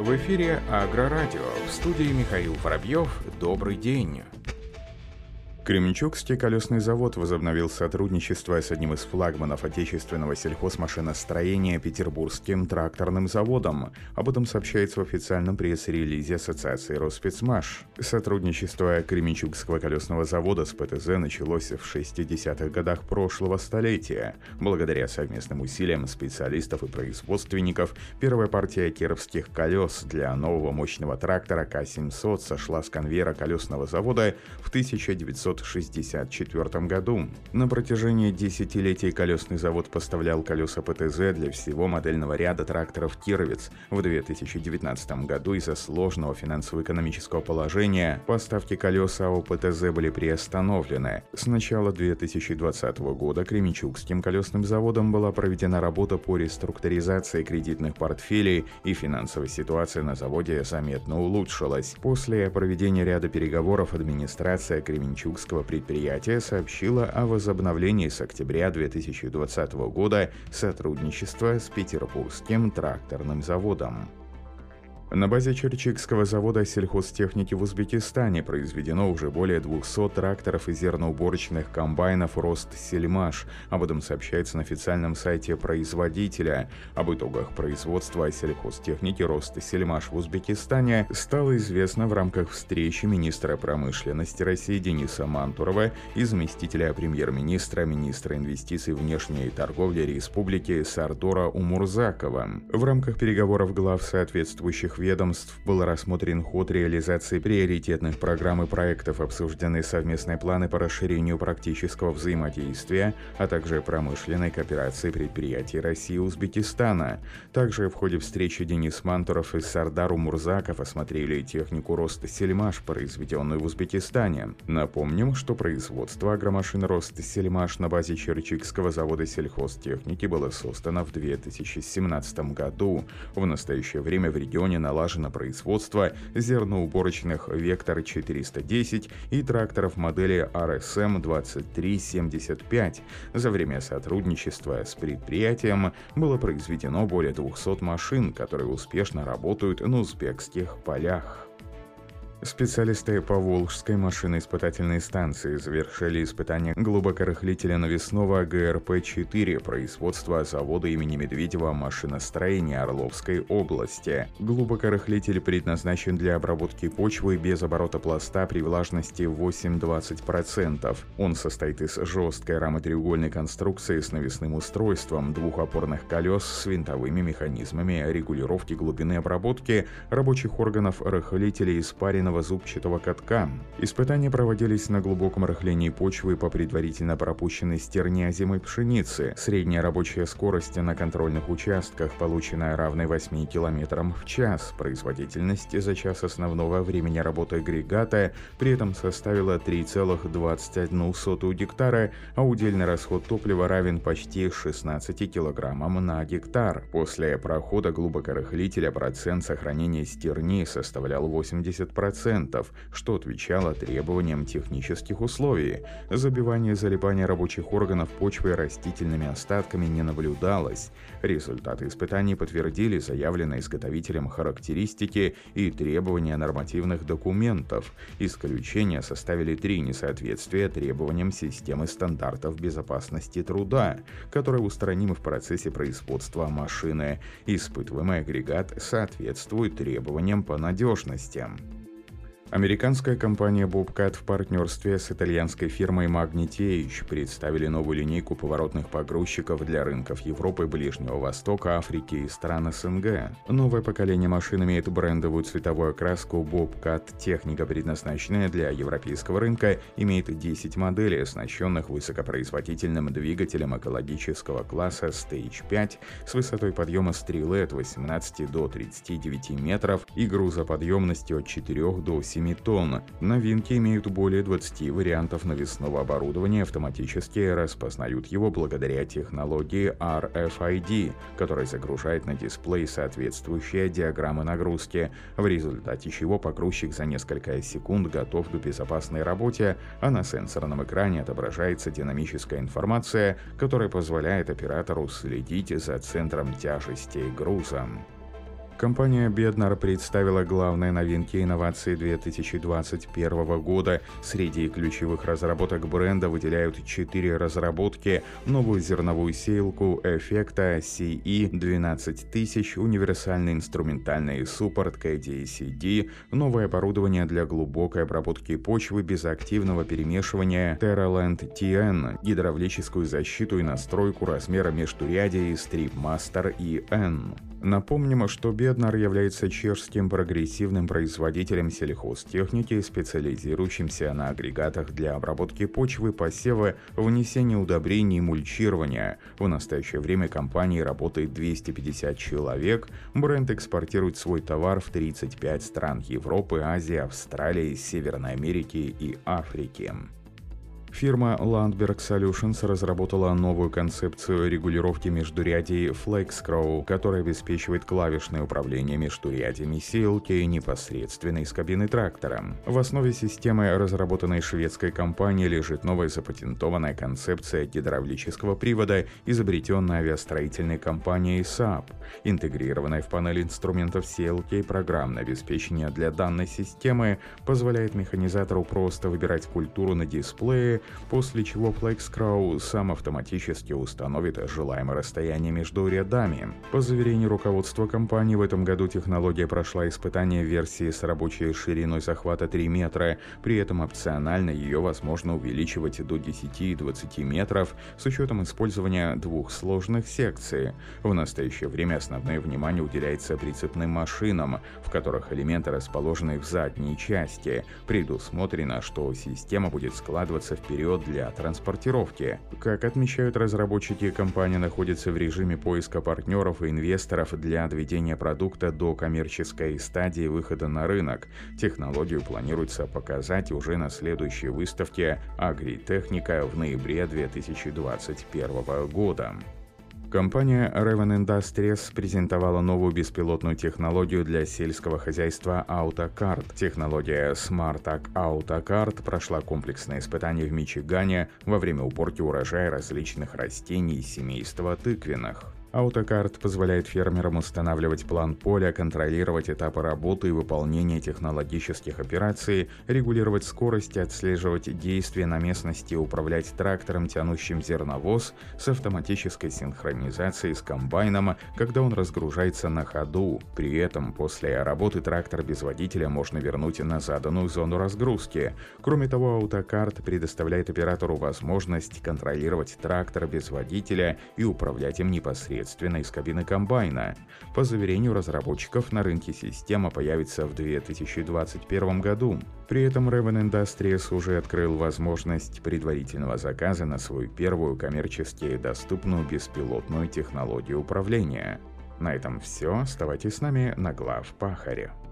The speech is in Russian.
В эфире Агрорадио. В студии Михаил Воробьев. Добрый день. Кременчугский колесный завод возобновил сотрудничество с одним из флагманов отечественного сельхозмашиностроения Петербургским тракторным заводом. Об этом сообщается в официальном пресс-релизе Ассоциации Росспецмаш. Сотрудничество Кременчугского колесного завода с ПТЗ началось в 60-х годах прошлого столетия. Благодаря совместным усилиям специалистов и производственников, первая партия кировских колес для нового мощного трактора К-700 сошла с конвейера колесного завода в 1964 году. На протяжении десятилетий колесный завод поставлял колеса ПТЗ для всего модельного ряда тракторов «Кировец». В 2019 году из-за сложного финансово-экономического положения поставки колес АО ПТЗ были приостановлены. С начала 2020 года Кременчугским колесным заводом была проведена работа по реструктуризации кредитных портфелей, и финансовая ситуация на заводе заметно улучшилась. После проведения ряда переговоров администрация Кременчугского предприятия сообщила о возобновлении с октября 2020 года сотрудничества с Петербургским тракторным заводом. На базе Черчикского завода сельхозтехники в Узбекистане произведено уже более 200 тракторов и зерноуборочных комбайнов «Ростсельмаш». Об этом сообщается на официальном сайте производителя. Об итогах производства сельхозтехники «Ростсельмаш» в Узбекистане стало известно в рамках встречи министра промышленности России Дениса Мантурова и заместителя премьер-министра, министра инвестиций, внешней торговли Республики Сардора Умурзакова. В рамках переговоров глав соответствующих ведомств был рассмотрен ход реализации приоритетных программ и проектов, обсуждены совместные планы по расширению практического взаимодействия, а также промышленной кооперации предприятий России и Узбекистана. Также в ходе встречи Денис Мантуров и Сардар Умурзаков осмотрели технику «Ростсельмаш», произведенную в Узбекистане. Напомним, что производство агромашин «Ростсельмаш» на базе Черчикского завода сельхозтехники было создано в 2017 году. В настоящее время в регионе налажено производство зерноуборочных «Вектор-410» и тракторов модели RSM-2375. За время сотрудничества с предприятием было произведено более 200 машин, которые успешно работают на узбекских полях. Специалисты Поволжской машиноиспытательной станции завершили испытание глубокорыхлителя навесного ГРП-4 производства завода имени Медведева машиностроения Орловской области. Глубокорыхлитель предназначен для обработки почвы без оборота пласта при влажности 8-20%. Он состоит из жесткой рамы-треугольной конструкции с навесным устройством, двух опорных колес с винтовыми механизмами регулировки глубины обработки, рабочих органов рыхлителя и испаренного зубчатого катка. Испытания проводились на глубоком рыхлении почвы по предварительно пропущенной стерне озимой пшеницы. Средняя рабочая скорость на контрольных участках, полученная равной 8 км в час. Производительность за час основного времени работы агрегата при этом составила 3,21 гектара, а удельный расход топлива равен почти 16 килограммам на гектар. После прохода глубокорыхлителя процент сохранения стерни составлял 80%, что отвечало требованиям технических условий. Забивание и залипание рабочих органов почвы растительными остатками не наблюдалось. Результаты испытаний подтвердили заявленные изготовителем характеристики и требования нормативных документов. Исключения составили 3 несоответствия требованиям системы стандартов безопасности труда, которые устранимы в процессе производства машины. Испытываемый агрегат соответствует требованиям по надежности. Американская компания Bobcat в партнерстве с итальянской фирмой Magnitech представили новую линейку поворотных погрузчиков для рынков Европы, Ближнего Востока, Африки и стран СНГ. Новое поколение машин имеет брендовую цветовую окраску Bobcat. Техника, предназначенная для европейского рынка, имеет 10 моделей, оснащенных высокопроизводительным двигателем экологического класса Stage 5 с высотой подъема стрелы от 18 до 39 метров и грузоподъемностью от 4 до 7 тонн. Новинки имеют более 20 вариантов навесного оборудования, автоматически распознают его благодаря технологии RFID, которая загружает на дисплей соответствующие диаграммы нагрузки, в результате чего погрузчик за несколько секунд готов к безопасной работе, а на сенсорном экране отображается динамическая информация, которая позволяет оператору следить за центром тяжести груза. Компания Bednar представила главные новинки и инновации 2021 года. Среди ключевых разработок бренда выделяют 4 разработки: новую зерновую сеялку эффекта CE12000, универсальный инструментальный суппорт KDCD, новое оборудование для глубокой обработки почвы без активного перемешивания TerraLand TN, гидравлическую защиту и настройку размера междурядия StripMaster EN. Напомним, что Bednar является чешским прогрессивным производителем сельхозтехники, специализирующимся на агрегатах для обработки почвы, посева, внесения удобрений и мульчирования. В настоящее время компании работает 250 человек. Бренд экспортирует свой товар в 35 стран Европы, Азии, Австралии, Северной Америки и Африки. Фирма Landberg Solutions разработала новую концепцию регулировки междурядий FlexCrow, которая обеспечивает клавишное управление междурядьями сеялки непосредственно из кабины трактора. В основе системы, разработанной шведской компанией, лежит новая запатентованная концепция гидравлического привода, изобретенная авиастроительной компанией Saab. Интегрированная в панель инструментов сеялки и программное обеспечение для данной системы позволяет механизатору просто выбирать культуру на дисплее, после чего FlexCrow сам автоматически установит желаемое расстояние между рядами. По заверению руководства компании, в этом году технология прошла испытание в версии с рабочей шириной захвата 3 метра, при этом опционально ее возможно увеличивать до 10 и 20 метров с учетом использования 2 сложных секций. В настоящее время основное внимание уделяется прицепным машинам, в которых элементы расположены в задней части. Предусмотрено, что система будет складываться вперед для транспортировки. Как отмечают разработчики, компания находится в режиме поиска партнеров и инвесторов для доведения продукта до коммерческой стадии выхода на рынок. Технологию планируется показать уже на следующей выставке «Агритехника» в ноябре 2021 года. Компания Raven Industries презентовала новую беспилотную технологию для сельского хозяйства AutoCart. Технология SmartAg AutoCart прошла комплексное испытание в Мичигане во время уборки урожая различных растений семейства тыквенных. AutoCart позволяет фермерам устанавливать план поля, контролировать этапы работы и выполнения технологических операций, регулировать скорость, отслеживать действия на местности, управлять трактором, тянущим зерновоз, с автоматической синхронизацией с комбайном, когда он разгружается на ходу. При этом после работы трактор без водителя можно вернуть на заданную зону разгрузки. Кроме того, AutoCart предоставляет оператору возможность контролировать трактор без водителя и управлять им непосредственно из кабины комбайна. По заверению разработчиков, на рынке система появится в 2021 году. При этом Raven Industries уже открыл возможность предварительного заказа на свою первую коммерчески доступную беспилотную технологию управления. На этом все. Оставайтесь с нами на Главпахаре.